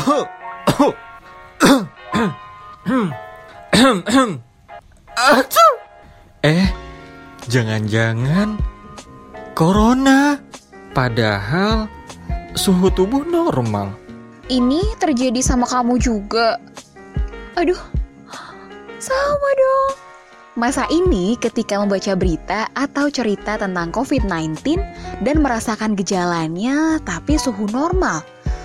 Jangan-jangan corona. Padahal suhu tubuh normal. Ini terjadi sama kamu juga. Aduh, sama dong. Masa ini ketika membaca berita atau cerita tentang COVID-19 dan merasakan gejalanya tapi suhu normal,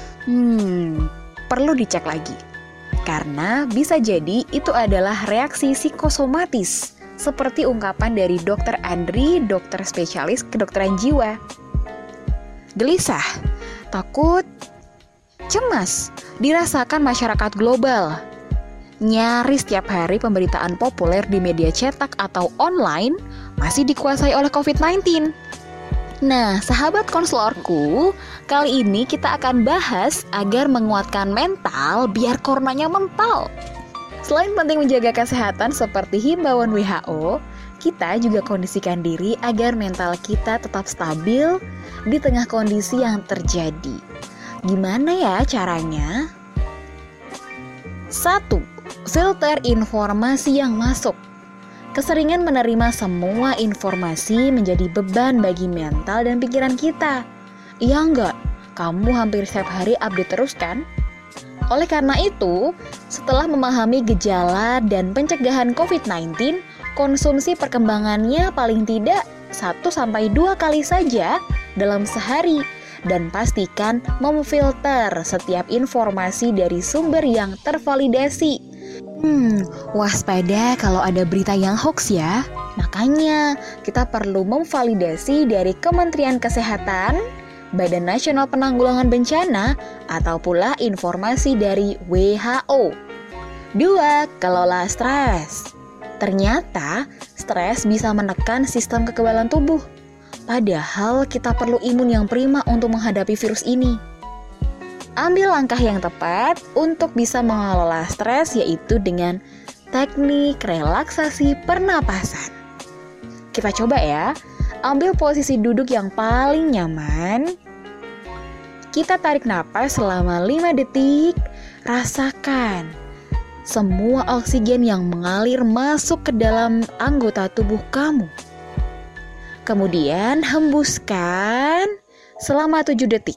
perlu dicek lagi. Karena bisa jadi itu adalah reaksi psikosomatis, seperti ungkapan dari Dr. Andri, dokter spesialis kedokteran jiwa. Gelisah, takut, cemas dirasakan masyarakat global. Nyaris setiap hari pemberitaan populer di media cetak atau online masih dikuasai oleh COVID-19. Nah, sahabat konselorku, kali ini kita akan bahas agar menguatkan mental biar coronanya mental. Selain penting menjaga kesehatan seperti himbauan WHO, kita juga kondisikan diri agar mental kita tetap stabil di tengah kondisi yang terjadi. Gimana ya caranya? 1. Filter informasi yang masuk. Keseringan menerima semua informasi menjadi beban bagi mental dan pikiran kita. Iya enggak? Kamu hampir setiap hari update terus kan? Oleh karena itu, setelah memahami gejala dan pencegahan COVID-19, konsumsi perkembangannya paling tidak 1-2 kali saja dalam sehari. Dan pastikan memfilter setiap informasi dari sumber yang tervalidasi. Waspada kalau ada berita yang hoax ya. Makanya kita perlu memvalidasi dari Kementerian Kesehatan, Badan Nasional Penanggulangan Bencana, atau pula informasi dari WHO. 2. Kelola stres. Ternyata stres bisa menekan sistem kekebalan tubuh. Padahal kita perlu imun yang prima untuk menghadapi virus ini. Ambil langkah yang tepat untuk bisa mengelola stres, yaitu dengan teknik relaksasi pernapasan. Kita coba ya. Ambil posisi duduk yang paling nyaman. Kita tarik napas selama 5 detik. Rasakan semua oksigen yang mengalir masuk ke dalam anggota tubuh kamu. Kemudian hembuskan selama 7 detik.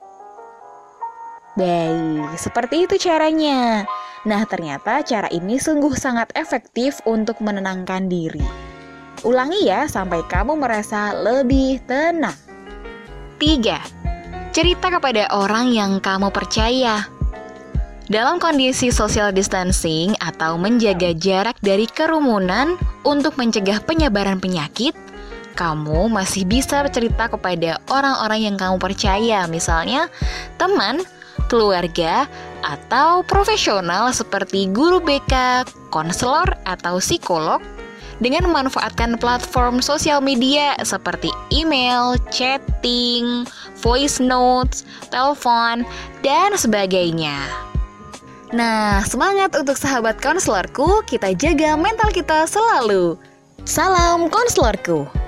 Baik, seperti itu caranya. Nah, ternyata cara ini sungguh sangat efektif untuk menenangkan diri. Ulangi ya sampai kamu merasa lebih tenang. 3. Cerita kepada orang yang kamu percaya. Dalam kondisi social distancing atau menjaga jarak dari kerumunan untuk mencegah penyebaran penyakit, kamu masih bisa cerita kepada orang-orang yang kamu percaya, misalnya teman, keluarga, atau profesional seperti guru BK, konselor, atau psikolog dengan memanfaatkan platform sosial media seperti email, chatting, voice notes, telepon, dan sebagainya. Nah, semangat untuk sahabat konselorku, kita jaga mental kita selalu. Salam konselorku.